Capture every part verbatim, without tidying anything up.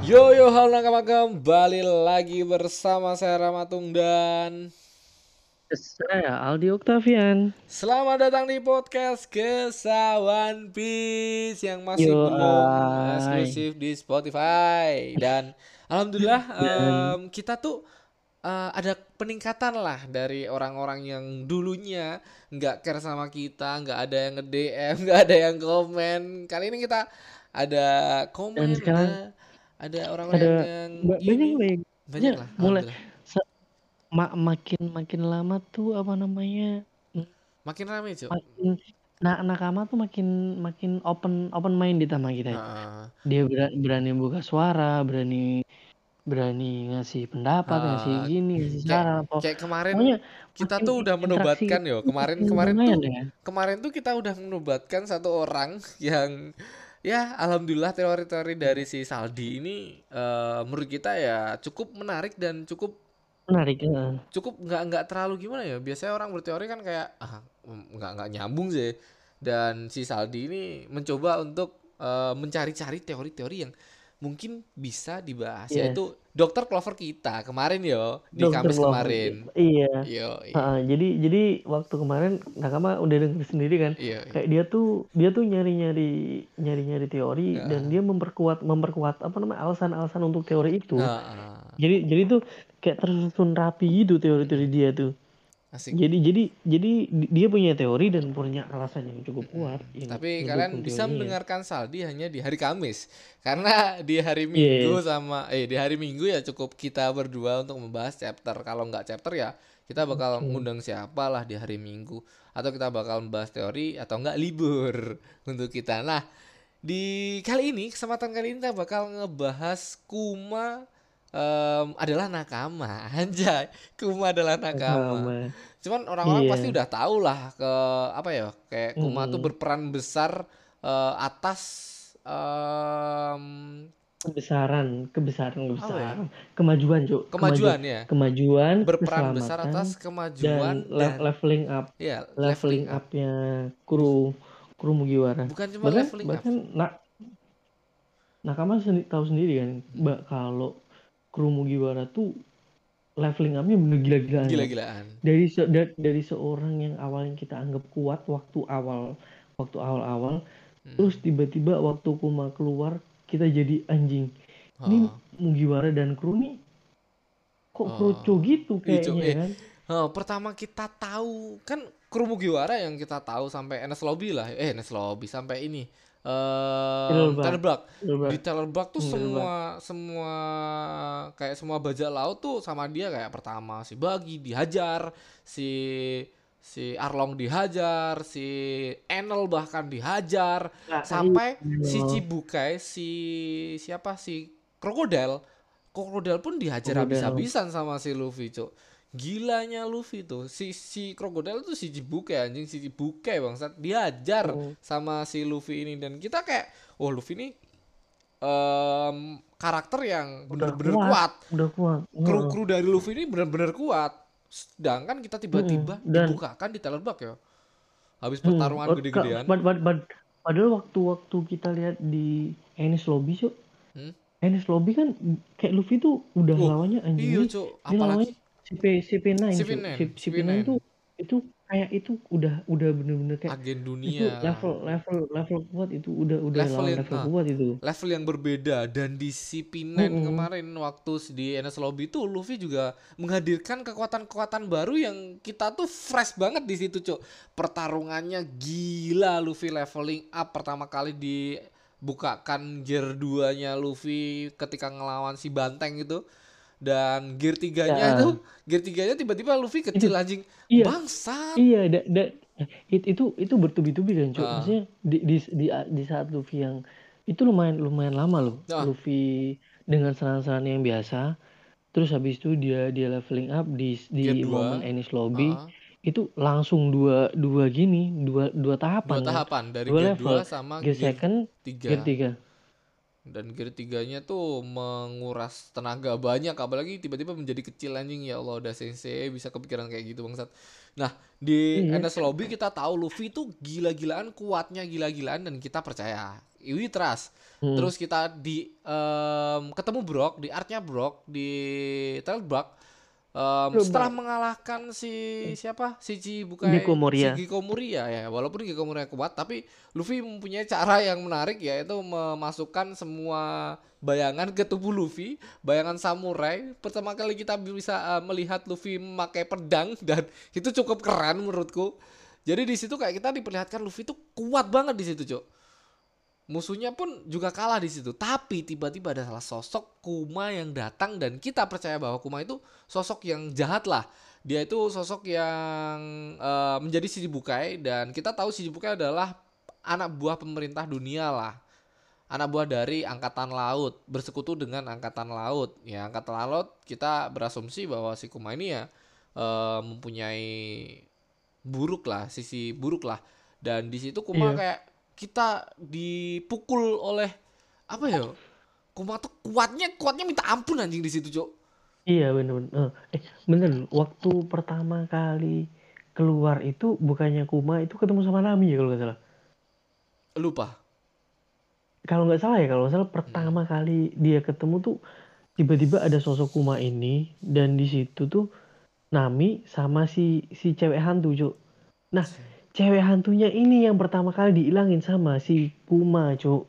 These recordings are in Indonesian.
Yo yo halo nakama, kembali lagi bersama saya Ramatung dan Saya Aldi Octavian. selamat datang di podcast Kisah One Piece yang masih Yo, belum ay. eksklusif di Spotify. Dan alhamdulillah Dan em, kita tuh eh, ada peningkatan lah dari orang-orang yang dulunya nggak care sama kita, nggak ada yang nge-D M, nggak ada yang komen. Kali ini kita ada dan komen, sekarang ada ada orang-orang ada yang ba- banyak ini mulai banyak banyak lah, mulai alhamdulillah. sa- ma- makin makin lama tuh apa namanya mm, Makin rame, Cuk. makin nah nakama tuh makin makin open open minded sama kita. Heeh. Dia berani, berani buka suara, berani berani ngasih pendapat, ngasih Heeh. gini, ngasih Kayak saran atau kayak kemarin pokoknya kita makin tuh udah interaksi menobatkan kita yo. tuh Kemarin makin kemarin lumayan tuh ya. kemarin tuh kita udah menobatkan satu orang yang ya alhamdulillah teori-teori dari si Saldi ini eh, menurut kita ya cukup menarik dan cukup Menarik. Ya. cukup nggak nggak terlalu gimana ya. Biasanya orang berteori kan kayak ah nggak nggak nyambung sih. Dan si Saldi ini mencoba untuk eh, mencari-cari teori-teori yang mungkin bisa dibahas, Yes. yaitu dokter Clover kita kemarin yo di Dokter Kamis Clover. kemarin. Iya. Yo Heeh, jadi jadi waktu kemarin Nakama udah denger sendiri kan, iya iya. kayak dia tuh dia tuh nyari-nyari nyari-nyari teori dan Heeh. dia memperkuat memperkuat apa namanya alasan-alasan untuk teori itu. Heeh. Jadi jadi tuh kayak tersusun rapi gitu teori-teori Mm-mm. dia tuh. Asik. Jadi jadi jadi di- dia punya teori dan punya alasan yang cukup Mm-mm. kuat yang Tapi ngedukung kalian bisa teorinya. mendengarkan Saldi hanya di hari Kamis, karena di hari Minggu Yes. sama eh di hari Minggu ya cukup kita berdua untuk membahas chapter. Kalau nggak chapter ya kita bakal Oke. ngundang siapa lah di hari Minggu, atau kita bakal membahas teori atau nggak libur untuk kita. Nah, di kali ini kesempatan kali ini kita bakal ngebahas Kuma em, adalah nakama. Anjay, Kuma adalah nakama. Nakama. Cuman orang-orang pasti Iya. udah tahu lah ke apa ya, kayak Kuma tuh Mm-mm. berperan besar eh, atas em, Kebesaran, kebesaran, apa ya, kebesaran, kemajuan, Cuk, kemajuan, kemajuan ya, kemajuan, berperan besar keselamatan, atas dan kemajuan le- dan leveling up, ya leveling leveling up. upnya Buk- kru kru Mugiwara. bukan cuma Bahkan leveling up. bahkan nak Nakama sendi- tahu sendiri kan, Mm-mm. mbak kalau kru Mugiwara tuh leveling upnya bener gila-gilaan kan. Gila-gilaan. Dari se- da- dari seorang yang awalnya kita anggap kuat waktu awal waktu awal-awal, Mm. terus tiba-tiba waktu Kuma keluar kita jadi anjing. Ini Oh, Mugiwara dan kru nih kok kroco oh. gitu Ijo, kayaknya eh, kan. oh, pertama kita tahu kan kru Mugiwara yang kita tahu sampai Enes Lobby lah, eh Enes Lobby sampai ini Thriller um, Bark. Telebak. Thriller Di Bark. Telebak tuh Hmm, Thriller Bark. semua semua kayak semua bajak laut tuh sama dia, kayak pertama si Bagi dihajar, si si Arlong dihajar, si Enel bahkan dihajar, Nah, sampai si iya. Cibukai, si siapa si Krokodil, Krokodil pun dihajar Krokodil. habis-habisan sama si Luffy, cuk. Gilanya Luffy tuh, si si Krokodil tuh si Cibukai, anjing, si Cibukai bangsat dihajar Hmm. sama si Luffy ini. Dan kita kayak, oh Luffy ini em, karakter yang Udah bener-bener kuat, kuat. udah kuat. Heeh. Kru-kru dari Luffy ini bener-bener kuat. Sedangkan kita Mm-mm. tiba-tiba Dan dibukakan di Telebak ya. Habis hmm, pertarungan oh, Kak, gede-gedean. pad- pad- pad- padahal waktu-waktu kita lihat di Enies Lobby, Cuk. Hmm? Enies Lobby kan kayak Luffy tuh udah Oh, lawannya anjing iya ini. cuk, Dia lawannya apalagi C P CP9, Cuk. C P sembilan, C- CP9 tuh C P sembilan, itu kayak itu udah udah bener-bener kayak agen itu dunia. level level level kuat, itu udah udah Level lawan yang level ah, kuat itu. level yang berbeda. Dan di C P sembilan Mm-mm. kemarin waktu di N S Lobby tuh Luffy juga menghadirkan kekuatan-kekuatan baru yang kita tuh fresh banget di situ, cuk. Pertarungannya gila, Luffy leveling up pertama kali dibukakan gear dua-nya Luffy ketika ngelawan si Banteng itu. Dan gear tiganya Ya, itu, gear tiganya tiba-tiba Luffy itu kecil anjing. iya Bangsat. iya da, da, it- itu itu bertubi-tubi kan, Cuk. Ah, Maksudnya di, di di di saat Luffy yang itu lumayan lumayan lama loh. nah, Luffy dengan serangan-serangan yang biasa, terus habis itu dia dia leveling up di gear di momen dua. Enies Lobby, Ah, itu langsung dua dua gini, dua dua dua tahapan kan, tahapan dari dua gear level, dua sama gear gear second, gear tiga. tiga. Dan gear tiganya tuh menguras tenaga banyak, apalagi tiba-tiba menjadi kecil anjing. Ya Allah, udah sensei bisa kepikiran kayak gitu bangsat. Nah, di Iya, N S Lobby kita tahu Luffy tuh gila-gilaan, kuatnya gila-gilaan, dan kita percaya Iwi Trust. Hmm. Terus kita di um, ketemu Brock di artnya Brock di Telbrock. Um, setelah mengalahkan si siapa si Chichibukai Gecko si Moria. Gecko Moria ya, walaupun Gecko Moria kuat, tapi Luffy mempunyai cara yang menarik, yaitu memasukkan semua bayangan ke tubuh Luffy, bayangan samurai. Pertama kali kita bisa uh, melihat Luffy memakai pedang, dan itu cukup keren menurutku. Jadi di situ kayak kita diperlihatkan Luffy itu kuat banget di situ, Cok. Musuhnya pun juga kalah di situ. Tapi tiba-tiba ada salah sosok Kuma yang datang, dan kita percaya bahwa Kuma itu sosok yang jahat lah. Dia itu sosok yang uh, menjadi Shichibukai, dan kita tahu Shichibukai adalah anak buah pemerintah dunia lah. Anak buah dari angkatan laut, bersekutu dengan angkatan laut. Ya, angkatan laut kita berasumsi bahwa si Kuma ini ya uh, mempunyai buruk lah, sisi buruk lah. Dan di situ Kuma Iya. kayak kita dipukul oleh apa ya? Kuma tuh kuatnya kuatnya minta ampun anjing di situ, Cok. Iya bener-bener. Eh bener, waktu pertama kali keluar itu bukannya Kuma itu ketemu sama Nami ya kalau nggak salah. Lupa. Kalau nggak salah ya, kalau nggak salah pertama Hmm. kali dia ketemu tuh tiba-tiba ada sosok Kuma ini, dan di situ tuh Nami sama si si cewek hantu, Cuk. Nah, cewek hantunya ini yang pertama kali dihilangin sama si Kuma, Cuk.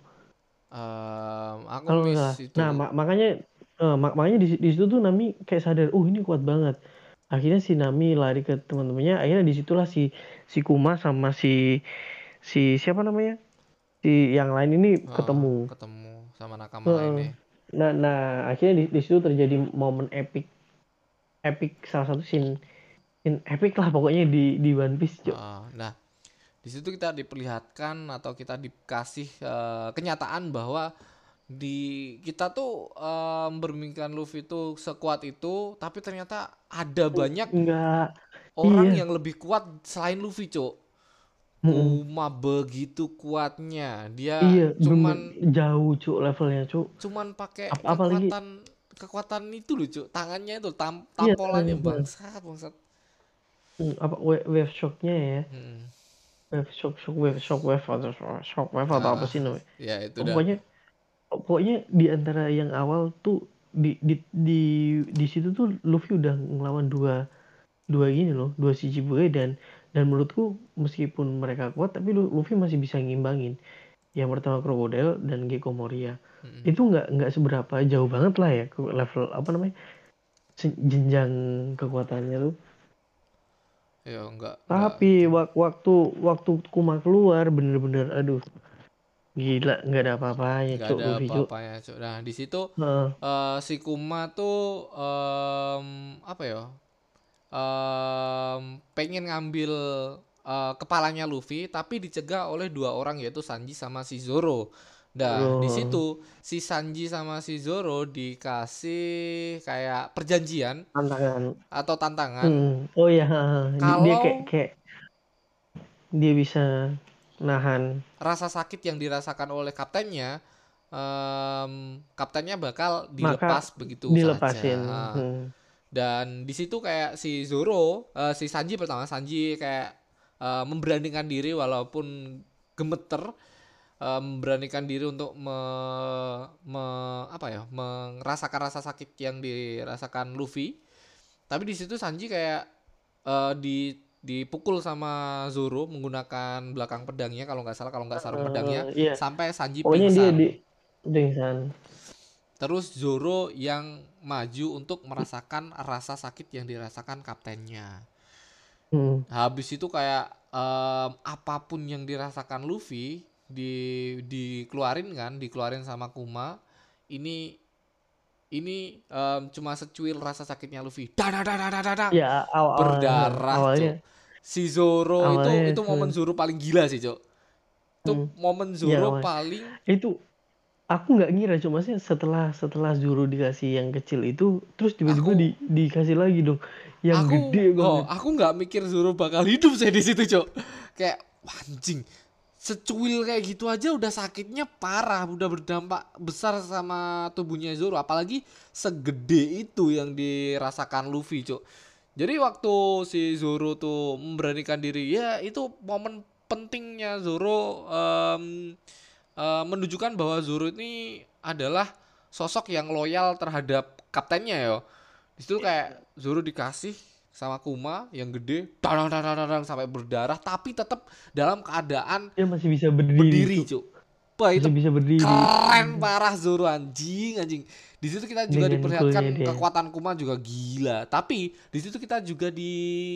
Um, aku Kalau nggak miss salah. itu. Nah, mak- makanya eh, mak- makanya di, di situ tuh Nami kayak sadar, oh ini kuat banget. Akhirnya si Nami lari ke teman-temannya. Akhirnya disitulah si si Kuma sama si si siapa namanya, si yang lain ini Uh, ketemu. ketemu sama nakama Heeh. lainnya. Nah, nah akhirnya di, di situ terjadi momen epic, epic salah satu scene, scene epic lah pokoknya di di One Piece, Cuk. Uh, nah, di situ kita diperlihatkan atau kita dikasih uh, kenyataan bahwa di kita tuh um, bermimpikan Luffy itu sekuat itu, tapi ternyata ada banyak Enggak, orang iya. yang lebih kuat selain Luffy, Cok. Mm-mm. Kuma begitu kuatnya. Dia Iya, bener cuman jauh, Cuk, levelnya, Cuk. cuman pakai Ap- apalagi kekuatan kekuatan itu loh, Cok. Tangannya itu tam, iya tampolannya tangannya. Heeh. bangsat, bangsat. Hmm, apa wave, wave shocknya ya, Hmm. wave shock, shock wave, shock wave atau shock wave atau apa Ah, sih namanya. ya itu dah. Pokoknya pokoknya di antara yang awal tuh di di di di situ tuh Luffy udah ngelawan dua dua gini loh, dua Shichibukai, dan dan menurutku meskipun mereka kuat tapi Lu- Luffy masih bisa ngimbangin. Yang pertama Crocodile dan Gecko Moria. Mm-mm. Itu nggak nggak seberapa jauh banget lah ya ke level apa namanya, se- jenjang kekuatannya tuh. Ya enggak enggak Tapi itu. wak- waktu waktu Kuma keluar bener-bener aduh gila, nggak ada apa-apanya, Enggak Cuk, ada Luffy, Cuk. apa-apanya, Cok. Nah, di situ Heeh. eh, si Kuma tuh em, apa ya? Em, pengen ngambil eh, kepalanya Luffy, tapi dicegah oleh dua orang, yaitu Sanji sama si Zoro. Nah, di Loh, situ si Sanji sama si Zoro dikasih kayak perjanjian tantangan. atau tantangan Hmm. Oh ya, heeh. Di- dia kayak kalau kayak dia bisa nahan. rasa sakit yang dirasakan oleh kaptennya, em, kaptennya bakal Maka dilepas begitu saja. dilepasin. Ha. Hmm. Dan di situ kayak si Zoro, eh, si Sanji pertama Sanji kayak eh, memberanikan diri walaupun gemeter, eh, memberanikan diri untuk me, me- apa ya, merasakan rasa sakit yang dirasakan Luffy. Tapi di situ Sanji kayak eh, di dipukul sama Zoro menggunakan belakang pedangnya, kalau nggak salah, kalau nggak sarung Eh, pedangnya, iya. sampai Sanji Pokoknya dia di pingsan. pingsan. Terus Zoro yang maju untuk merasakan rasa sakit yang dirasakan kaptennya. Hmm. Habis itu kayak em, apapun yang dirasakan Luffy di dikeluarin kan, dikeluarin sama Kuma. Ini ini em, cuma secuil rasa sakitnya Luffy. Dadadadadadadang. Ya awal awalnya Berdarah, awalnya Cok. Si Zoro itu awalnya itu momen hmm. Zoro paling gila sih, Cok. Itu Hmm. momen Ya Zoro awalnya. paling Itu aku nggak ngira, cuma sih setelah setelah Zoro dikasih yang kecil itu terus tiba-tiba aku di, dikasih lagi dong yang aku gede oh banget. aku nggak mikir Zoro bakal hidup saya di situ, Cok. Kayak wah, anjing, secuil kayak gitu aja udah sakitnya parah, udah berdampak besar sama tubuhnya Zoro, apalagi segede itu yang dirasakan Luffy, Cok. Jadi waktu si Zoro tuh memberanikan diri, ya itu momen pentingnya Zoro em, uh, menunjukkan bahwa Zoro ini adalah sosok yang loyal terhadap kaptennya ya. Di situ kayak Zoro dikasih sama Kuma yang gede, dadang dadang dadang sampai berdarah, tapi tetap dalam keadaan Dia masih bisa berdiri, berdiri, Cuk. Cuk. Wah, itu Masih bisa berdiri. keren parah Zoro, anjing, anjing. Di situ kita juga Dengan coolnya diperlihatkan dia. kekuatan Kuma juga gila. Tapi di situ kita juga di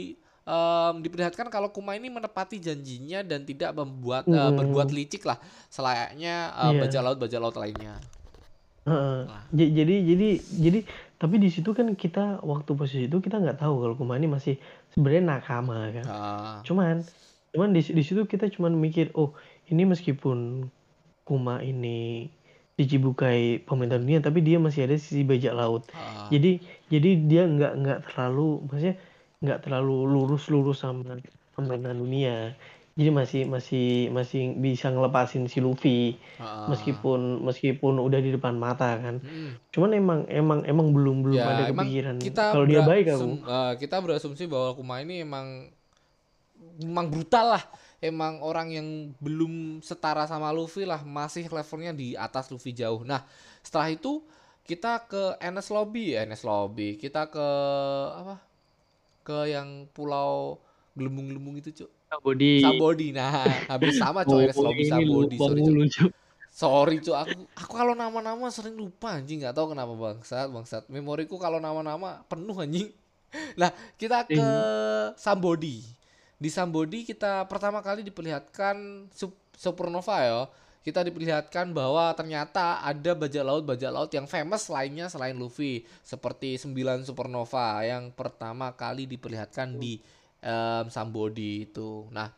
em, diperlihatkan kalau Kuma ini menepati janjinya dan tidak membuat eh, Mm-mm. berbuat licik lah selayaknya eh, Iya. bajak laut bajak laut lainnya. Heeh. Nah, J- Jadi jadi jadi tapi di situ kan kita waktu posisi itu kita nggak tahu kalau Kuma ini masih sebenarnya nakama kan. ah, Cuman cuman di di situ kita cuman mikir, oh ini meskipun Kuma ini Shichibukai pemain dunia tapi dia masih ada sisi bajak laut. ah, Jadi jadi dia nggak nggak terlalu maksudnya nggak terlalu lurus-lurus sama pemainan dunia. Jadi masih masih masih bisa ngelepasin si Luffy ah. meskipun meskipun udah di depan mata kan. Mm. Cuman emang emang emang belum belum ada Ya emang kepikiran kita kalau dia baik aku. berasum, eh, kita berasumsi bahwa Kuma ini emang emang brutal lah, emang orang yang belum setara sama Luffy lah, masih levelnya di atas Luffy jauh. Nah setelah itu kita ke Enies Lobby, Enies Lobby kita ke apa, ke yang pulau gelembung-gelembung itu, Cuk. Body Sabodi. Nah hampir sama, Cuk. oh Enies Lobby ini Sabodi. lupa Sorry, Cuk. mulu, Cuk. Sorry, Cuk. Aku aku kalau nama-nama sering lupa, anjing, nggak tahu kenapa, bangsat bangsat memoriku kalau nama-nama penuh, anjing. Nah kita ke Iya. Sambodi. Di Sambodi kita pertama kali diperlihatkan sup- supernova ya. Kita diperlihatkan bahwa ternyata ada bajak laut bajak laut yang famous lainnya selain Luffy, seperti sembilan supernova yang pertama kali diperlihatkan di em, Sambodi itu. Nah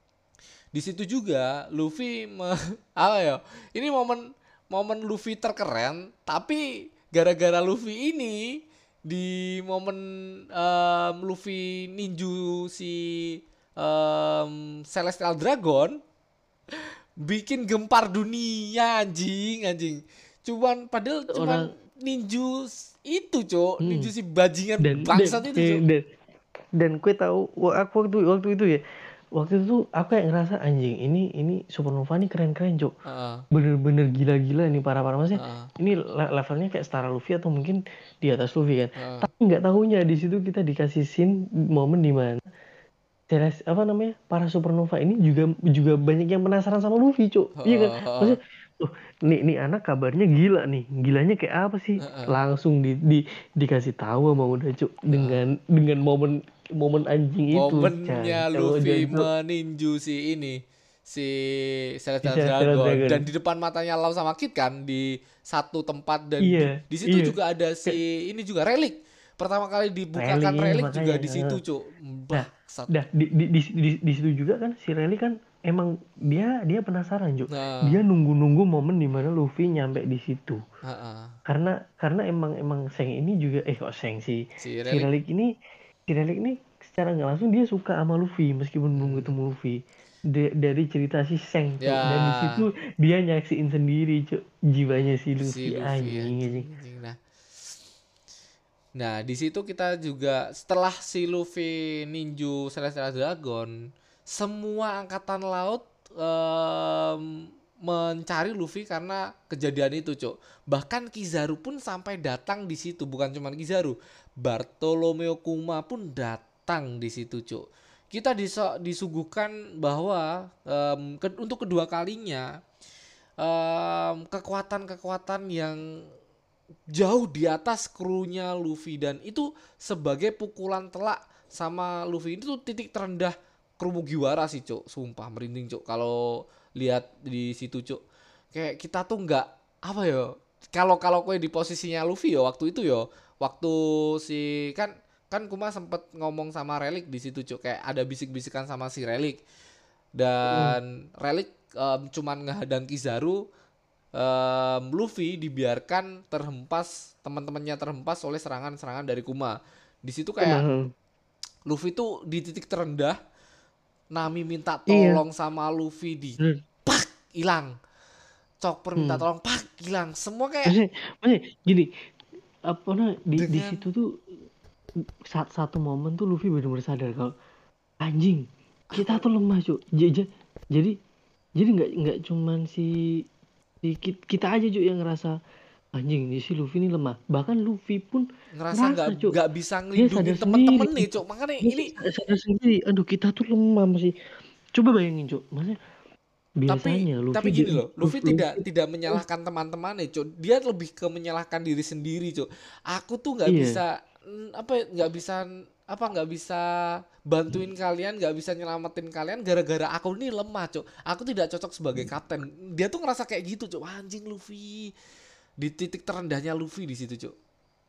di situ juga Luffy me- apa ya, ini momen momen Luffy terkeren, tapi gara-gara Luffy ini di momen em, Luffy ninju si em, Celestial Dragon bikin gempar dunia, anjing, anjing. Cuman padahal cuman Orang ninju itu, Cok, hmm. ninju si bajingan dan dan bangsat itu, eh, Cok. dan dan kue tahu wa- aku waktu waktu itu ya waktu itu aku kayak ngerasa anjing ini ini supernova nih keren-keren, Cuk. Heeh, Bener-bener gila-gila nih para-para maksudnya heeh, ini le- levelnya kayak setara Luffy atau mungkin di atas Luffy kan. heeh. Tapi nggak tahunya di situ kita dikasih scene momen di mana Celes apa namanya para supernova ini juga juga banyak yang penasaran sama Luffy, Cuk. Iya kan? Heeh, heeh, Maksudnya, loh, nih nih anak kabarnya gila nih. Gilanya kayak apa sih? heeh, Langsung di, di dikasih tahu sama udah, Cuk. heeh. Dengan dengan momen momen anjing itu, Momennya Cuk. Luffy Jancuk. meninju si ini, si Celestial Bisa Celestial Dragon, Dragon. dan di depan matanya Lau sama Kid kan di satu tempat, dan di, Iya, di situ iya. juga ada Kayak si ini juga relik. Pertama kali dibukakan Rally relik juga makanya. di situ, eh. Cuk. Nah, Bangsat. dah di di di, di, di situ juga kan si Rally kan emang dia dia penasaran, Cuk. Nah, Dia nunggu-nunggu momen dimana Luffy nyampe di situ. heeh. karena karena emang emang Seng ini juga eh kok Seng si Si si relik. Relik ini si Relik ini secara nggak langsung dia suka sama Luffy meskipun belum Hmm. ketemu Luffy. Da- dari cerita si Seng, Cuk. Ya, Dan di situ dia nyaksiin sendiri, Cuk, jiwanya si si Luffy Luffy, anjing anjing, anjing. anjing. Nah, nah di situ kita juga setelah si Luffy ninju Celestial Dragon, semua angkatan laut em, mencari Luffy karena kejadian itu, Cuk. Bahkan Kizaru pun sampai datang di situ, bukan cuma Kizaru, Bartolomeo Kuma pun datang di situ, Cuk. Kita diso- disuguhkan bahwa em, ke- untuk kedua kalinya em, kekuatan-kekuatan yang jauh di atas krunya Luffy, dan itu sebagai pukulan telak sama Luffy. Itu titik terendah kru Mugiwara sih, Cuk. Sumpah merinding, Cuk, kalau lihat di situ, Cuk. Kayak kita tuh nggak apa ya, kalau kalau kue di posisinya Luffy ya waktu itu ya, waktu si kan kan Kuma sempet ngomong sama Relik di situ, Cuk. Kayak ada bisik-bisikan sama si Relik, Hmm. dan Relik em, cuman ngehadang Kizaru. em, Luffy dibiarkan terhempas, teman-temannya terhempas oleh serangan-serangan dari Kuma. Di situ kayak Nah, Luffy tuh di titik terendah, Nami minta iya. tolong sama Luffy, di Bener. pak hilang. Chopper minta Hmm. tolong, pak hilang. Semua kayak Maksudnya, maksudnya gini, apa nah di di dengan situ tuh saat satu momen tuh Luffy benar-benar sadar kalau anjing kita apa, tuh lemah, Cuk. J- j- jadi jadi nggak nggak cuman si Di kit- kita aja Cuk yang ngerasa anjing ini si Luffy ini lemah. Bahkan Luffy pun Ngerasa nggak ngerasa Cuk. nggak bisa Dia sadar ngelindungin sendiri. temen-temen nih, Cok. Makanya Dia ini sa- sadar sendiri. Aduh kita tuh lemah masih. Coba bayangin Cuk. Maksudnya tapi biasanya tapi Luffy di gini loh, Luffy Luffy, Luffy tidak tidak menyalahkan teman-temannya, Cok. Dia lebih ke menyalahkan diri sendiri, Cok. Aku tuh nggak iya. bisa mm, apa ya, nggak bisa apa nggak bisa bantuin kalian, nggak bisa nyelamatin kalian gara-gara aku ini lemah, Cok. Aku tidak cocok sebagai kapten. Dia tuh ngerasa kayak gitu, Cok. Anjing Luffy. Di titik terendahnya Luffy di situ, Cok.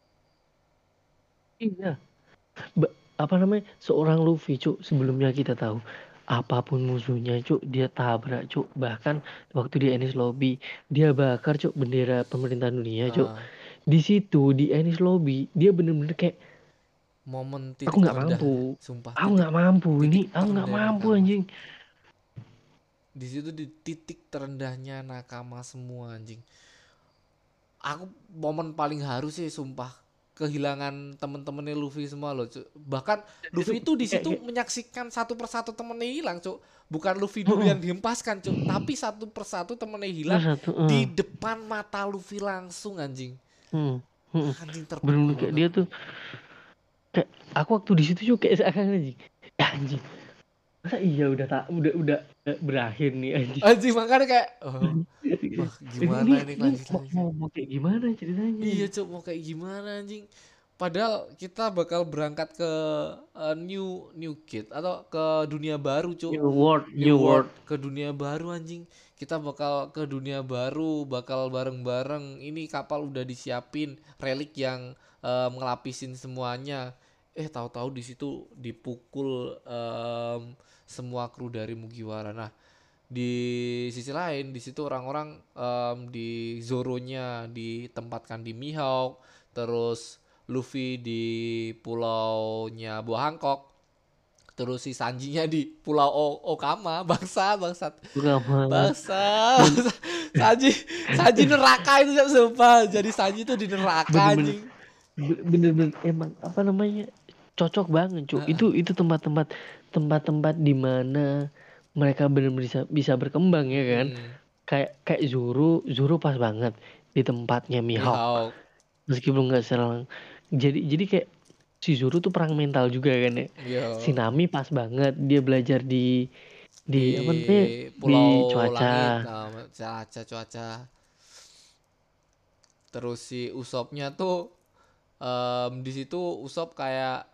Iya. Ba- apa namanya seorang Luffy Cuk sebelumnya kita tahu apapun musuhnya Cuk dia tabrak Cuk bahkan waktu di Enies Lobby dia bakar Cuk bendera pemerintahan dunia Cuk Ah, di situ di Enies Lobby dia bener-bener kayak momen aku titik nggak terendah, mampu sumpah aku titik nggak mampu ini titik aku nggak terendah mampu nakama. anjing Di situ di titik terendahnya nakama semua anjing. Aku momen paling haru sih sumpah kehilangan temen-temennya Luffy semua loh, Cuk. Bahkan itu Luffy itu di kayak, situ kayak menyaksikan satu persatu temennya hilang, Cuk. Bukan Luffy dulu heeh, yang dihempaskan, Cuk, tapi satu persatu temennya hilang satu di heeh, depan mata Luffy langsung anjing. heeh, heeh. Anjing terpukul Bener-bener kayak banget. dia tuh kayak aku waktu di situ Cuk kayak seakan anjing ya anjing masa iya udah tak udah udah eh, berakhir nih anjing. Anjing makanya kayak oh, wah ini ini gimana ini ini mau, kelanjutannya. mau, mau kayak gimana ceritanya Iya nih? cok mau kayak gimana anjing. Padahal kita bakal berangkat ke uh, new new kid atau ke dunia baru cok. New World, New New world World. ke dunia baru anjing. Kita bakal ke dunia baru, bakal bareng-bareng. Ini kapal udah disiapin relik yang uh, ngelapisin semuanya. Eh tahu-tahu di situ dipukul um, semua kru dari Mugiwara. Nah di sisi lain di situ orang-orang em, di Zoronya ditempatkan di Mihawk, terus Luffy di pulaunya Buah Hancock, terus si Sanjinya di pulau o Okama. Bangsa bangsat Lama. bangsa Dan Sanji Sanji neraka itu kan sumpah jadi Sanji itu di neraka bener-bener anjing. bener-bener emang apa namanya cocok banget cuk Heeh. itu itu tempat-tempat tempat-tempat di mana mereka bener-bener bisa bisa berkembang ya kan Mm-mm. kayak kayak Zoro Zoro pas banget di tempatnya Mihawk Mihawk meskipun nggak serang jadi jadi kayak si Zoro tuh perang mental juga kan ya si yo Nami pas banget dia belajar di di di apa namanya di Pulau Langit cuaca. nah, cuaca cuaca terus si Usopnya tuh em, di situ Usop kayak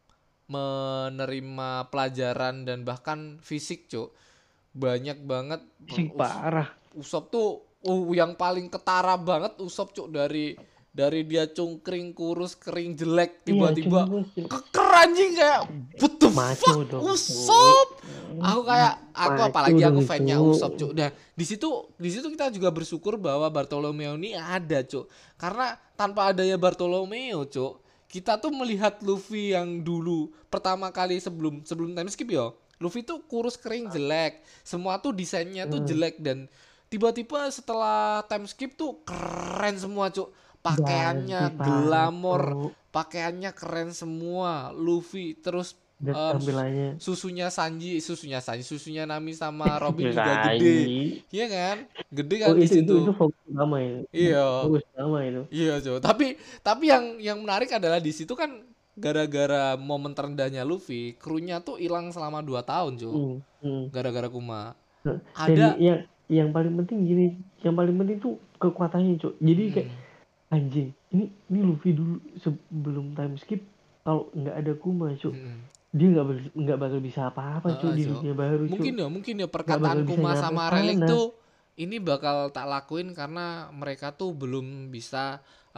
menerima pelajaran dan bahkan fisik cuk banyak banget Sih Us parah. Usop tuh uh, yang paling ketara banget Usop cuk dari dari dia cungkring kurus kering jelek Iya, cuma tiba-tiba gue sih keker anjing kayak what the maco fuck dong itu. Usop aku kayak aku Maco apalagi dong aku itu. fannya Usop cuk dan di situ di situ kita juga bersyukur bahwa Bartolomeo ini ada cuk karena tanpa adanya Bartolomeo cuk kita tuh melihat Luffy yang dulu pertama kali sebelum sebelum time skip ya Luffy tuh kurus kering jelek semua tuh desainnya tuh Hmm, jelek dan tiba-tiba setelah time skip tuh keren semua cuk ganti pakaiannya parah glamor tuh. pakaiannya keren semua Luffy terus Dan em, tampilannya susunya Sanji susunya Sanji susunya Nami sama Robin juga gede Rai. iya kan gede Oh kan di itu itu itu situ fokus utama itu. iya Fokus utama itu. iya cow tapi tapi yang yang menarik adalah di situ kan gara-gara momen terendahnya Luffy krunya tuh hilang selama dua tahun cow Hmm, hmm. gara-gara Kuma Nah, dan ada yang yang paling penting gini, yang paling penting tuh kekuatannya, Cuk. Jadi kayak mm, anjing, ini ini Luffy dulu sebelum time skip kalau nggak ada Kuma, Cuk. mm, Dia nggak bal- nggak bakal bisa apa-apa, Cuk, heeh, di Cok. dunia baru, Cuk. Mungkin ya, mungkin ya Nggak bakal perkataan bisa Kuma nyampe sama Relik sana. tuh ini bakal tak lakuin karena mereka tuh belum bisa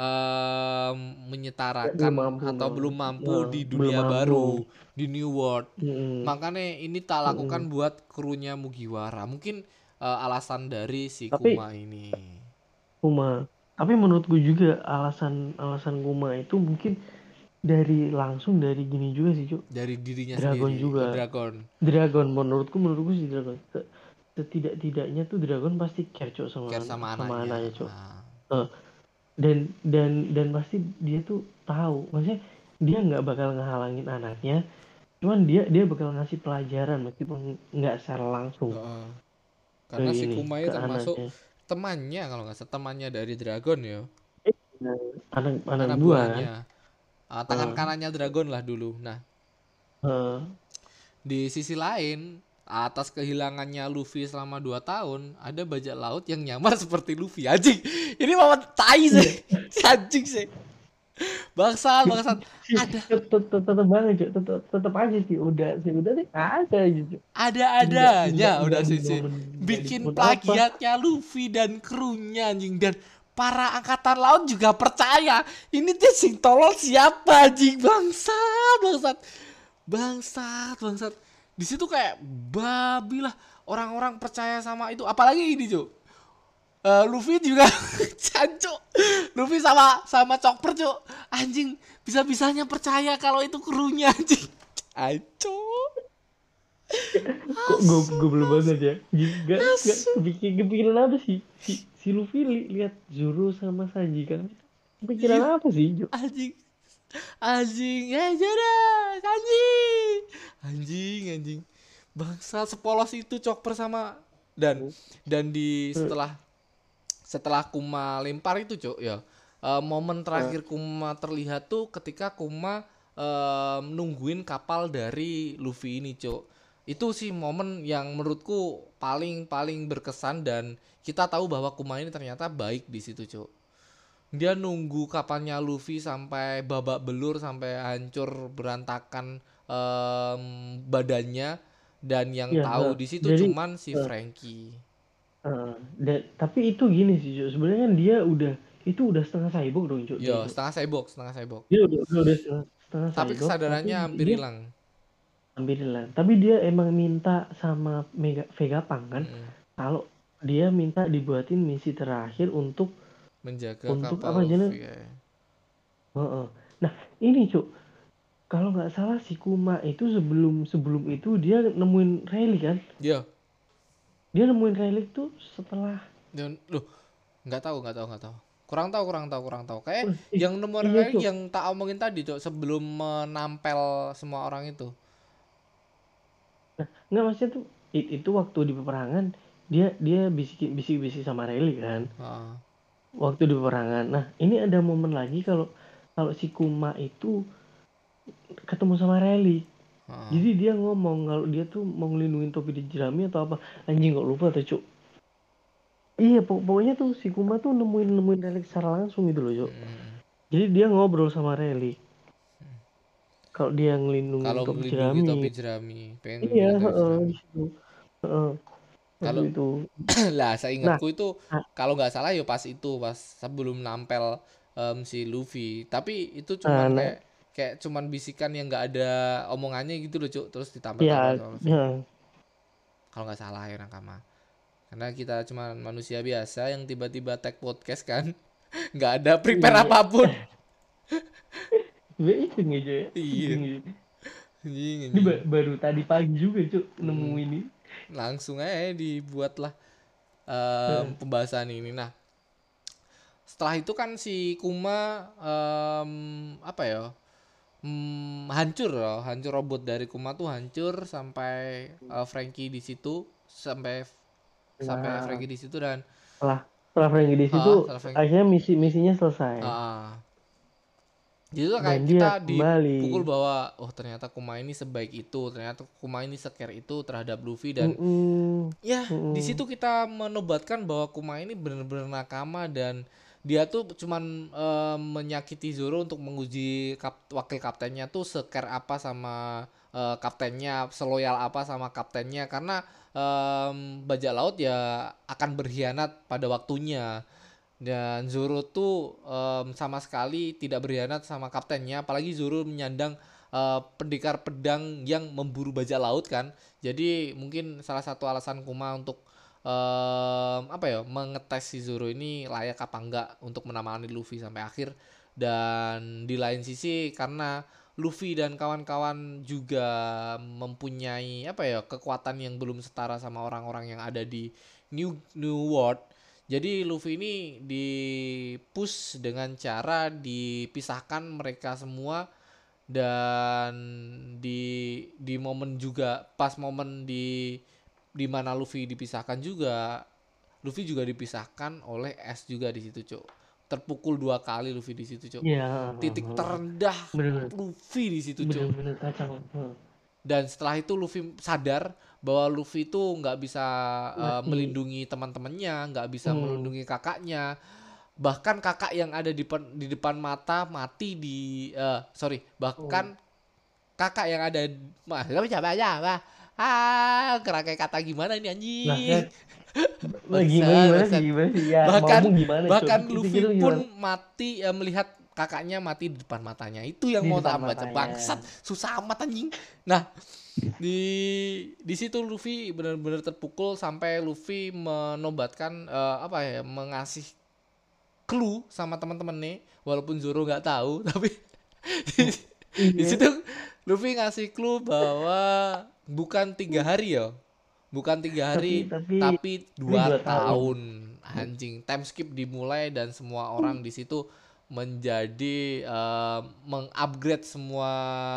em, Nggak, belum menyetarakan mampu atau memang. belum mampu Eh, di belum dunia mampu. baru, di New World. Mm-mm, Makanya ini tak lakukan mm-mm. buat krunya Mugiwara. Mungkin eh, alasan dari si Tapi Kuma ini. Kuma, tapi menurutku juga alasan alasan Kuma itu mungkin dari langsung dari gini juga sih, Cuk. Dari dirinya Dragon sendiri, oh, juga. Dragon. Dragon menurutku menurutku sih Dragon. Se- Setidak-tidaknya tuh Dragon pasti care, Cuk, sama Care sama sama anaknya. anaknya, Cuk. Ah. Eh, dan dan dan pasti dia tuh tahu, maksudnya dia nggak bakal ngehalangin anaknya, cuman dia dia bakal ngasih pelajaran meskipun nggak secara langsung Heeh. ke Karena si ini Kuma ke ini termasuk anaknya. temannya kalau nggak salah, temannya dari Dragon ya. Nah, anak anak Anak buah. buahnya. Ah, tangan Heeh. kanannya Dragon lah dulu. Nah, Heeh. di sisi lain, atas kehilangannya Luffy selama dua tahun, ada bajak laut yang nyamar seperti Luffy. Anjing, ini mama tai sih. Anjing sih. Bangsat, bangsat. Ada, tetep tetep banget Cuk. tetep tetep aja sih udah sih udah deh ada gitu. Nggak ada-adanya nggak nggak udah di sih. momen nggak di Bikin momen apa. plagiatnya Luffy dan krunya anjing, dan para angkatan laut juga percaya. Ini tuh sing tolol siapa anjing, bangsat, bangsat. Bangsat, bangsat. Di situ kayak babi lah orang-orang percaya sama itu. Apalagi ini, Cuk. Eh, Luffy juga cancuk. Luffy sama sama Chopper, Cuk. Anjing, bisa-bisanya percaya kalau itu krunya anjing. Cancuk. Kok gue Asu, gue belum banget ya. Gak gak asu. kepikir kepikiran apa sih si si Luffy li- lihat Zoro sama Sanji kan. Kepikiran Iya, apa sih Cuk? anjing. Anjing, eh jada, anjing. Anjing, anjing. Bangsa sepolos itu Chopper sama dan dan di setelah setelah Kuma lempar itu, Cok, ya. Eh, momen terakhir Kuma terlihat tuh ketika Kuma eh, nungguin kapal dari Luffy ini, Cok. Itu sih momen yang menurutku paling paling berkesan, dan kita tahu bahwa Kuma ini ternyata baik di situ, Cok. Dia nunggu kapalnya Luffy sampai babak belur, sampai hancur berantakan em, badannya, dan yang Ya, tahu eh, di situ jadi cuman si eh, Frankie. eh, dan tapi itu gini sih Cuk. Sebenarnya kan dia udah itu udah setengah cyborg dong Cuk dia Yo, Cuk. setengah cyborg, setengah cyborg. Dia udah udah, udah setengah, setengah Tapi cyborg tapi kesadarannya hampir dia hilang. alhamdulillah. Tapi dia emang minta sama Mega Vegapunk kan Mm-mm. kalau dia minta dibuatin misi terakhir untuk Menjaga untuk kapal apa aja nih? Luffy ya. Heeh. Nah, ini Cuk, kalau nggak salah si Kuma itu sebelum sebelum itu dia nemuin Rayleigh kan? Yo, Dia nemuin Rayleigh tuh setelah dan loh, nggak tahu, nggak tahu, nggak tahu. Kurang tahu, kurang tahu, kurang tahu. Kayak Wah, ih, yang nomor iya Cuk. yang tak omongin tadi, Cok, sebelum menampel semua orang itu. Nah, nggak maksudnya tuh it- itu waktu di peperangan dia dia bisik bisik bisik sama Rayleigh kan? Heeh. Waktu di peperangan. Nah, ini ada momen lagi kalau kalau si Kuma itu ketemu sama Rayleigh. Heeh. Jadi dia ngomong kalau dia tuh mau ngelindungin topi di jerami atau apa. Anjing kok lupa tuh, Cuk. Iya, pok- pokoknya tuh si Kuma tuh nemuin nemuin Rayleigh secara langsung gitu loh, Cuk. Mm. Jadi dia ngobrol sama Rayleigh kalau dia ngelindungin Kalau topi melindungi topi jerami. jerami, pengen Iya, melindungi topi heeh, jerami. di situ. Heeh, waktu Kalau itu. lah, Nah, seingatku itu ah, kalau nggak salah ya pas itu, pas sebelum nampel em, si Luffy. Tapi itu nah, cuman nah, kayak kayak cuman bisikan yang nggak ada omongannya gitu loh, Cuk. Terus ditampel-tampel ya, sama Luffy. ya, Kalau nggak salah ya Nakama. Karena kita cuman manusia biasa yang tiba-tiba tag podcast kan. Nggak ada prepare iya. apapun. Sebenarnya iseng aja ya, Iya. iseng aja. Anjing, Ini anjing. ba- baru tadi pagi juga, Cuk, nemu Mm, ini. langsung aja dibuatlah em, Heeh. pembahasan ini. Nah, setelah itu kan si Kuma em, apa ya? Hmm, hancur loh, hancur robot dari Kuma tuh hancur sampai eh, Frankie di situ, sampai sampai Nah, Frankie di situ dan setelah setelah Frankie di situ ah setelah Frankie akhirnya misi misinya selesai ah jadi tuh dan kayak dia kita dipukul kembali. bahwa oh ternyata Kuma ini sebaik itu, ternyata Kuma ini secare itu terhadap Luffy, dan Mm-mm. ya di Mm-mm. situ kita menobatkan bahwa Kuma ini benar-benar nakama, dan dia tuh cuman eh, menyakiti Zoro untuk menguji kap- wakil kaptennya tuh secare apa sama eh, kaptennya, seloyal apa sama kaptennya, karena em, bajak laut ya akan berkhianat pada waktunya, dan Zoro tuh em, sama sekali tidak berkhianat sama kaptennya, apalagi Zoro menyandang eh, pendekar pedang yang memburu bajak laut kan. Jadi mungkin salah satu alasan Kuma untuk em, apa ya, mengetes si Zoro ini layak apa enggak untuk menemani Luffy sampai akhir. Dan di lain sisi karena Luffy dan kawan-kawan juga mempunyai apa ya, kekuatan yang belum setara sama orang-orang yang ada di New New World. Jadi Luffy ini di-push dengan cara dipisahkan mereka semua, dan di di momen juga pas momen di di mana Luffy dipisahkan juga, Luffy juga dipisahkan oleh S juga di situ, Cuk. Terpukul dua kali Luffy di situ, Cuk. Iya, Titik terendah bener Luffy di situ, Cuk. bener-bener kacau. Heeh. Dan setelah itu Luffy sadar bahwa Luffy itu nggak bisa uh, Mati. melindungi teman-temannya, nggak bisa Hmm. melindungi kakaknya. Bahkan kakak yang ada di depan, di depan mata mati di uh, sorry, bahkan kakak yang ada mah tapi siapa aja apa ah kerangkai kata gimana ini Lah anjing. kan, lah gimana Bangsat, gimana sih bangsat. gimana sih ya Bahkan ngomong gimana bahkan Cuk? Luffy Gitu-gitu pun gimana mati ya, melihat kakaknya mati di depan matanya. Itu yang di mau depan tak baca, matanya. bangsat, susah amat anjing. Nah, di di situ Luffy benar-benar terpukul sampai Luffy menobatkan eh, apa ya, mengasih clue sama teman-teman nih, walaupun Zoro nggak tahu tapi di, di Iya. situ Luffy ngasih clue bahwa bukan tiga hari ya, bukan tiga hari Tapi tapi tapi tapi dua dua tahun. tahun anjing. Time skip dimulai dan semua orang di situ menjadi eh, mengupgrade semua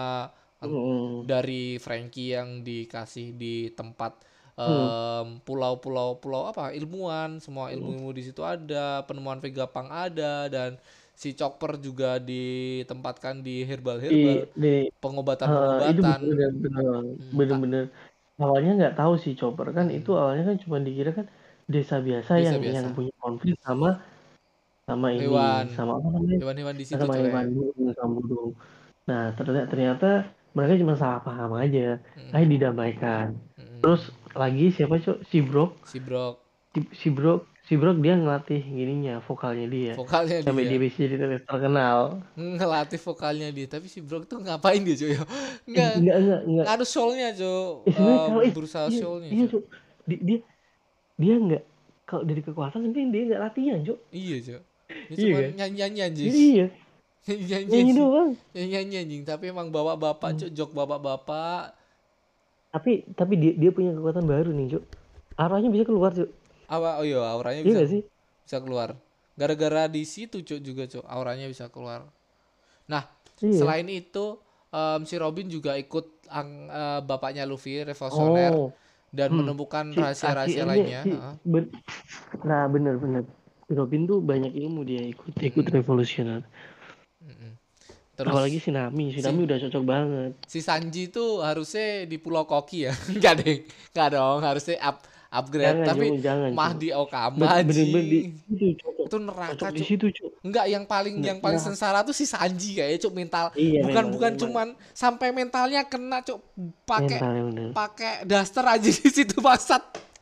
Hmm. dari Frankie yang dikasih di tempat Hmm. em, pulau-pulau pulau apa ilmuwan, semua ilmu-ilmu di situ ada, penemuan Vegapunk ada, dan si Chopper juga ditempatkan di Di herbal-herbal, di eh, itu pengobatan-pengobatan. benar-benar Hmm, tak benar-benar awalnya nggak tahu sih Chopper kan itu hmm, awalnya kan cuma dikira kan desa biasa yang yang biasa-biasa. punya konflik sama sama ini Hewan, sama apa namanya hewan-hewan di situ sama hewan coy. burung sama burung. Nah ternyata ternyata mereka cuma salah paham aja. Hmm, Akhirnya didamaikan. Terus hmm. lagi siapa cok si Brok Si Brock, si, si Brok si Brok dia ngelatih gininya vokalnya dia vokalnya sampai dia dia bisa jadi terkenal. ngelatih vokalnya dia, tapi si Brock tuh ngapain dia cuy? Eh Nggak enggak enggak enggak. ngaruh soulnya cuy. Eh sebenarnya Eh, kalau eh berusaha iya soulnya iya cuy. cok dia, dia dia nggak kalau dari kekuatan sebenarnya dia nggak latihan cok. Iya cuy, dia Iya cuma kan nyanyi nyanyi anjing. jadi iya nyanyi nyanyi nyanyi anjing, doang. nyanyi nyanyi anjing, tapi emang bawa bapak Hmm. cuy, jok bapak bapak. tapi tapi dia dia punya kekuatan baru nih cok, arahnya bisa keluar cok. Apa, oh iya, auranya Iya bisa gak sih bisa keluar. Gara-gara di situ cuy juga cuy, auranya bisa keluar. Nah, iya. selain itu em, si Robin juga ikut ang- eh, bapaknya Luffy, revolusioner, Oh. dan Hmm. menemukan Si rahasia-rahasia akhirnya lainnya. si Heeh. ben- nah bener-bener Robin tuh banyak ilmu dia ikut ikut Mm-mm, revolusioner. mm-mm. Apalagi Terus si Nami, si Nami si udah cocok banget. si Sanji tuh harusnya di Pulau Koki ya. Enggak deh. Enggak dong, harusnya up upgrade. Jangan Tapi cuk, jangan mah cuk. di Ben- Okama Bener-bener di anjing. situ cocok, Itu cocok neraka, di Cuk. situ cuk. Enggak, yang paling Nah, yang paling nah, sengsara tuh si Sanji kayaknya, Cuk, mental. iya Bukan memang bukan memang cuman sampai mentalnya kena, Cuk. Pakai mentalnya bener. pakai daster aja di situ bangsat.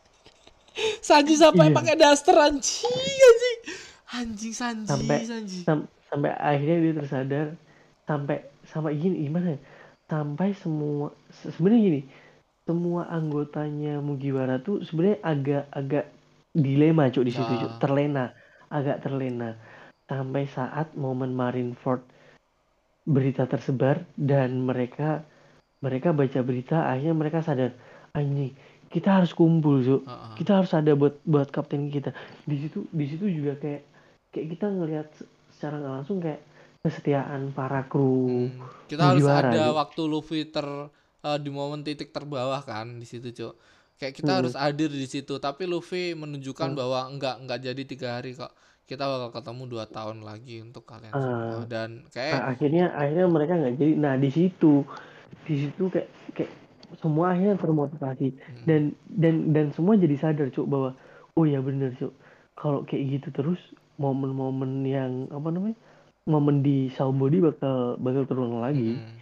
Sanji sampai Iya. pakai daster anjing, anjing. Anjing Sanji, Sampai Sanji. sam- sampai akhirnya dia tersadar sampai sampai gini gimana ya? Sampai semua se- sebenarnya gini, semua anggotanya Mugiwara tuh sebenarnya agak-agak dilema cuk di situ cuk, Nah, terlena, agak terlena sampai saat momen Marineford berita tersebar dan mereka mereka baca berita akhirnya mereka sadar anjing kita harus kumpul cuk, heeh. kita harus ada buat buat kapten kita di situ di situ juga kayak kayak kita ngelihat se- secara nggak langsung kayak kesetiaan para kru Hmm, kita harus Mugiwara ada cuk. waktu Luffy ter eh, di momen titik terbawah kan di situ, Cuk. Kayak kita harus Hmm, hadir di situ, tapi Luffy menunjukkan hmm. bahwa enggak enggak jadi tiga hari kok. Kita bakal ketemu dua tahun lagi untuk kalian Ah, semua, dan ah, kayak akhirnya akhirnya mereka nggak jadi. Nah di situ di situ kayak kayak semua akhirnya termotivasi hmm, dan dan dan semua jadi sadar cuk bahwa oh ya bener cuk kalau kayak gitu terus momen-momen yang apa namanya momen di Saobody bakal bakal terulang lagi. hmm.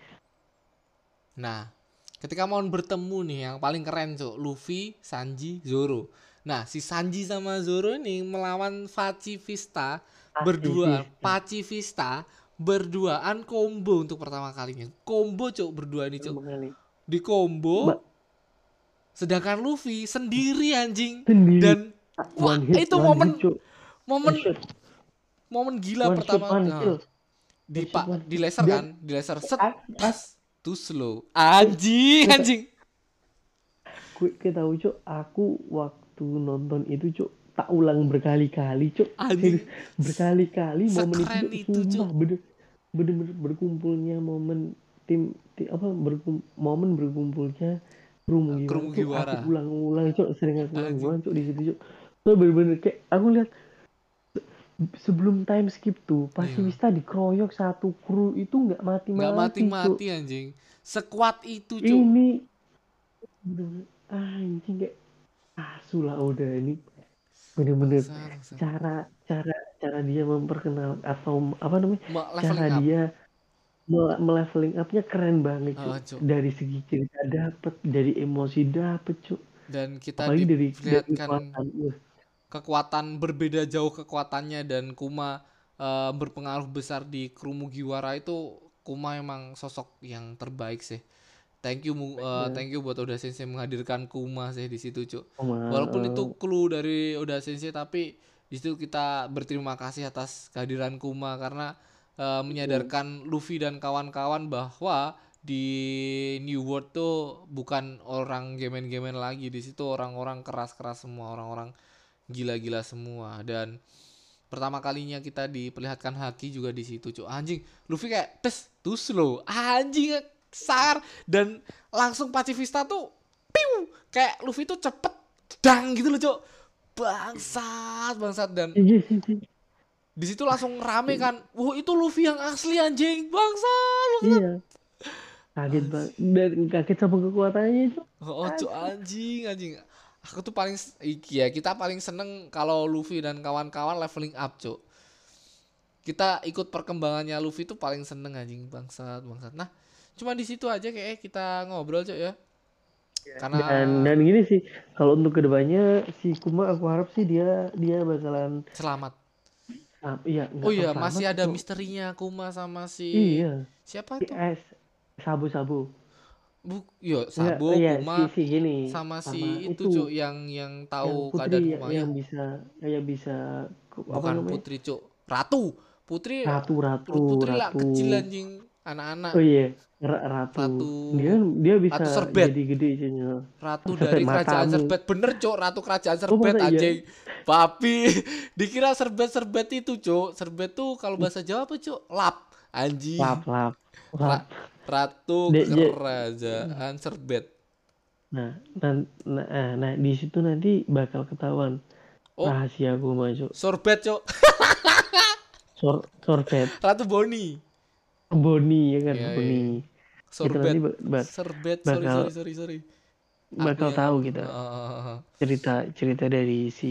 Nah, ketika mau bertemu nih yang paling keren, Cuk, Luffy, Sanji, Zoro. Nah, si Sanji sama Zoro ini melawan Pacifista berdua, Aktivis Pacifista berduaan combo untuk pertama kalinya. Combo, Cuk, berdua nih, Cuk. mengalih Di combo, mbak sedangkan Luffy sendiri anjing. sendiri Dan wah, one hit itu one hit momen cuk one momen shot momen gila one shot pertama. one Nah, kill di one shot pak one di kill laser dan kan, di laser set, ah, ah, tas, too slow. Anjing, kita anjing. gue kita tahu cuk aku waktu nonton itu cuk tak ulang berkali-kali cuk serius Anjing, berkali-kali momen itu sekeren cuk itu, sumpah Cuk. bener bener-bener berkumpulnya momen tim, tim apa berkum, momen berkumpulnya kru Mugiwara Kru tuh aku Mugiwara. ulang-ulang cuk sering aku Anjing. ulang-ulang cuk di situ cuk Lo bener-bener kayak aku lihat sebelum time skip tuh pasti Iya. Vista dikeroyok satu kru itu nggak Nggak mati-mati cuk. mati-mati anjing. Sekuat itu, Cuk. Ini bener-bener anjing kayak asu lah udah ini bener-bener Bangsa, bangsa. cara cara cara dia memperkenal atau apa namanya Ma- cara leveling up. dia me- meleveling upnya keren banget cuk Heeh, Cuk. dari segi cerita dapet dari emosi dapet cuk Dan kita apalagi dari dari diperlihatkan kekuatan uh, kekuatan berbeda jauh kekuatannya dan Kuma eh, berpengaruh besar di kru Mugiwara itu. Kuma emang sosok yang terbaik sih. Thank you Mu- eh, ya, thank you buat Oda Sensei menghadirkan Kuma sih di situ, Cuk. sama Walaupun uh, itu clue dari Oda Sensei tapi di situ kita berterima kasih atas kehadiran Kuma karena eh, menyadarkan Luffy dan kawan-kawan bahwa di New World tuh bukan orang gemen-gemen lagi. Di situ orang-orang keras-keras semua, orang-orang gila-gila semua. Dan pertama kalinya kita diperlihatkan Haki juga di situ, Cuk. Anjing, Luffy kayak tes tuh slow. Anjing sar dan langsung pacifista tuh piu kayak Luffy tuh cepet dang gitu loh, Cuk. Bangsat, bangsat dan iya sih sih. di situ langsung rame kan. Wah, itu Luffy yang asli anjing. Bangsat, bangsat. Iya kaget Anjing. banget dan kaget sama kekuatannya itu Oh, Cuk, asu. anjing, anjing. Aku tuh paling iya, kita paling seneng kalau Luffy dan kawan-kawan leveling up, Cuk. Kita ikut perkembangannya Luffy tuh paling seneng anjing, bangsat, bangsat. Nah, cuma di situ aja kayak kita ngobrol, Cuk ya. Karena dan dan gini sih kalau untuk kedepannya si Kuma aku harap sih dia dia bakalan selamat. ah, iya Oh nggak tahu iya, selamat masih ada atau misterinya Kuma sama si iya siapa si tuh? S sabu-sabu Bu, yo enggak Sabo, iya si Kuma si gini sama sama si itu, itu Cuk, yang yang yang tahu keadaan putri Kuma yang ya. bisa yang bisa apa Bukan namanya Putri, Cuk. Ratu. Putri ratu ratu Putri lah ratu kecil anjing, anak-anak. oh iya Ra- ratu Ratu dia dia bisa Ratu Serbet. jadi gede sih Ratu sampai dari kerajaan matamu Serbet. Bener, Cuk, ratu kerajaan oh Serbet masa iya anjing. Papi dikira Serbet-Serbet itu, Cuk. Serbet tuh kalau bahasa Jawa apa, Cuk? Lap. lap Anjing. lap lap Ra- Ratu dia, dia kerajaan Serbet. nah, nah, nah, ah, nah di situ nanti bakal ketahuan Oh, rahasia gue masuk Sorbet, Cuk. sor sorvet Ratu Boni. Boni ya kan Iya, iya, Boni iya. itu nanti Sorbet. ba- ba- Serbet, sorry, bakal sorry, sorry, sorry. Aku bakal yang tahu ngomong. kita Heeh. cerita cerita dari si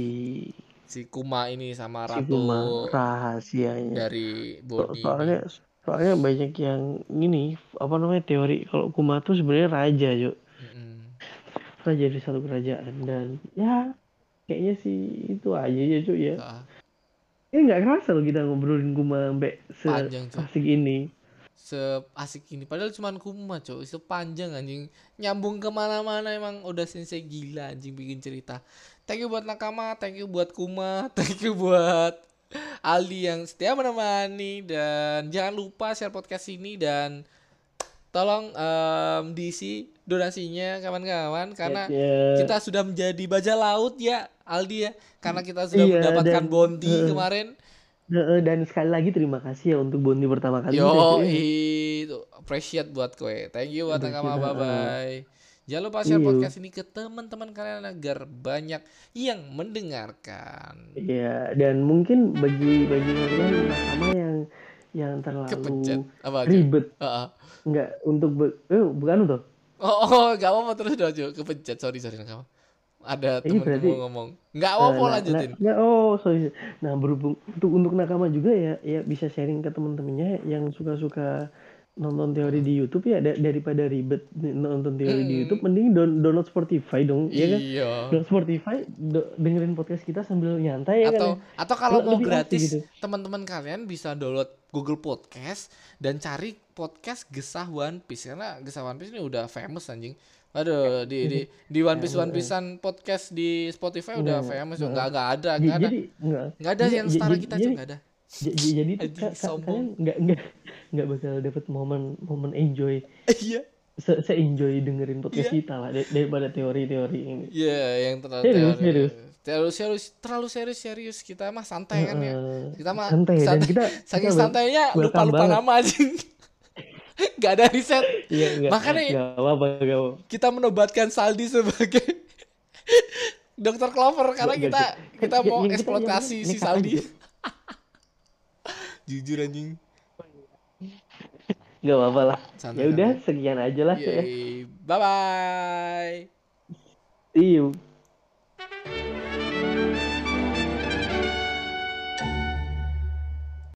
Si Kuma ini sama si Ratu Kuma rahasianya dari So- Boni ini. soalnya soalnya banyak yang ini apa namanya teori kalau Kuma tuh sebenarnya raja yuk Mm-mm. raja dari satu kerajaan dan ya kayaknya sih itu aja ya cuy ya Ah, ini nggak kerasa loh kita ngobrolin Kuma sampai panjang, Cuk. seasik ini Seasik ini padahal cuman Kuma, Cuk. Itu panjang anjing, nyambung kemana-mana. Emang udah sensei gila anjing bikin cerita. Thank you buat Nakama, thank you buat Kuma, thank you buat Aldi yang setia menemani. Dan jangan lupa share podcast ini dan tolong em, diisi donasinya kawan-kawan ya, karena ya, kita sudah menjadi bajak laut ya Aldi ya, karena kita sudah iya mendapatkan dan bounty eh, kemarin. eh, dan sekali lagi terima kasih ya untuk bounty pertama kali kita Yo, cuy ya itu appreciate buat kowe. Thank you buat Nakama, Bersyukur, bye eh, bye. Jangan lupa share iyo podcast ini ke teman-teman kalian agar banyak yang mendengarkan. iya dan mungkin bagi bagi kalian nakama yang yang Kepencet terlalu apa aja? ribet Heeh. nggak untuk be- eh bukan tuh Oh, oh, gak apa-apa terus dong, Cuk. Kepencet. Sorry, sorry Nakama. Ada ini temenku berarti mau ngomong. Nggak eh, apa-apa, nah, nah, lanjutin. nah, oh sorry nah berhubung untuk untuk nakama juga ya ya bisa sharing ke teman-temannya yang suka-suka nonton teori Heeh. di YouTube ya da- daripada ribet nonton teori di YouTube Mm, mending down- download Spotify dong ya kan iya. download Spotify do- dengerin podcast kita sambil nyantai ya kan ya Atau atau kalau Le- mau lebih asik gratis, gitu teman-teman kalian bisa download Google Podcast dan cari podcast Gesah One Piece karena Gesah One Piece ini udah famous anjing. Aduh, di di di One Piece One Eh, Piecean podcast di Spotify udah enggak famous, Cuk. enggak Nggak nggak ada, J- nggak ada. jadi enggak Nggak ada enggak yang j- setara j- kita, Cuk, jadi nggak ada. j- j- jadi tuh Anjing ka- ka- sombong. kalian enggak enggak enggak bakal dapet momen momen enjoy Iya, se, se enjoy dengerin podcast iya. kita lah da- daripada teori-teori ini Iya, yang terlalu serius teori. serius Terlalu serius, terlalu serius serius. Kita mah santai kan ya. Heeh, Kita mah santai dan santai. kita Saking kita wel- santainya welcome lupa-lupa banget nama anjing. Gak ada riset. iya enggak Makanya enggak apa-apa enggak apa kita menobatkan Saldi sebagai Dokter Clover karena Gak, kita gak, kita kan, mau yang kita yang eksploitasi ini si kalah Saldi. gitu. Jujur anjing. Gak apa-apa lah. Ya udah Santai-santai. sekian aja lah saya. Yeay. Bye bye. See you.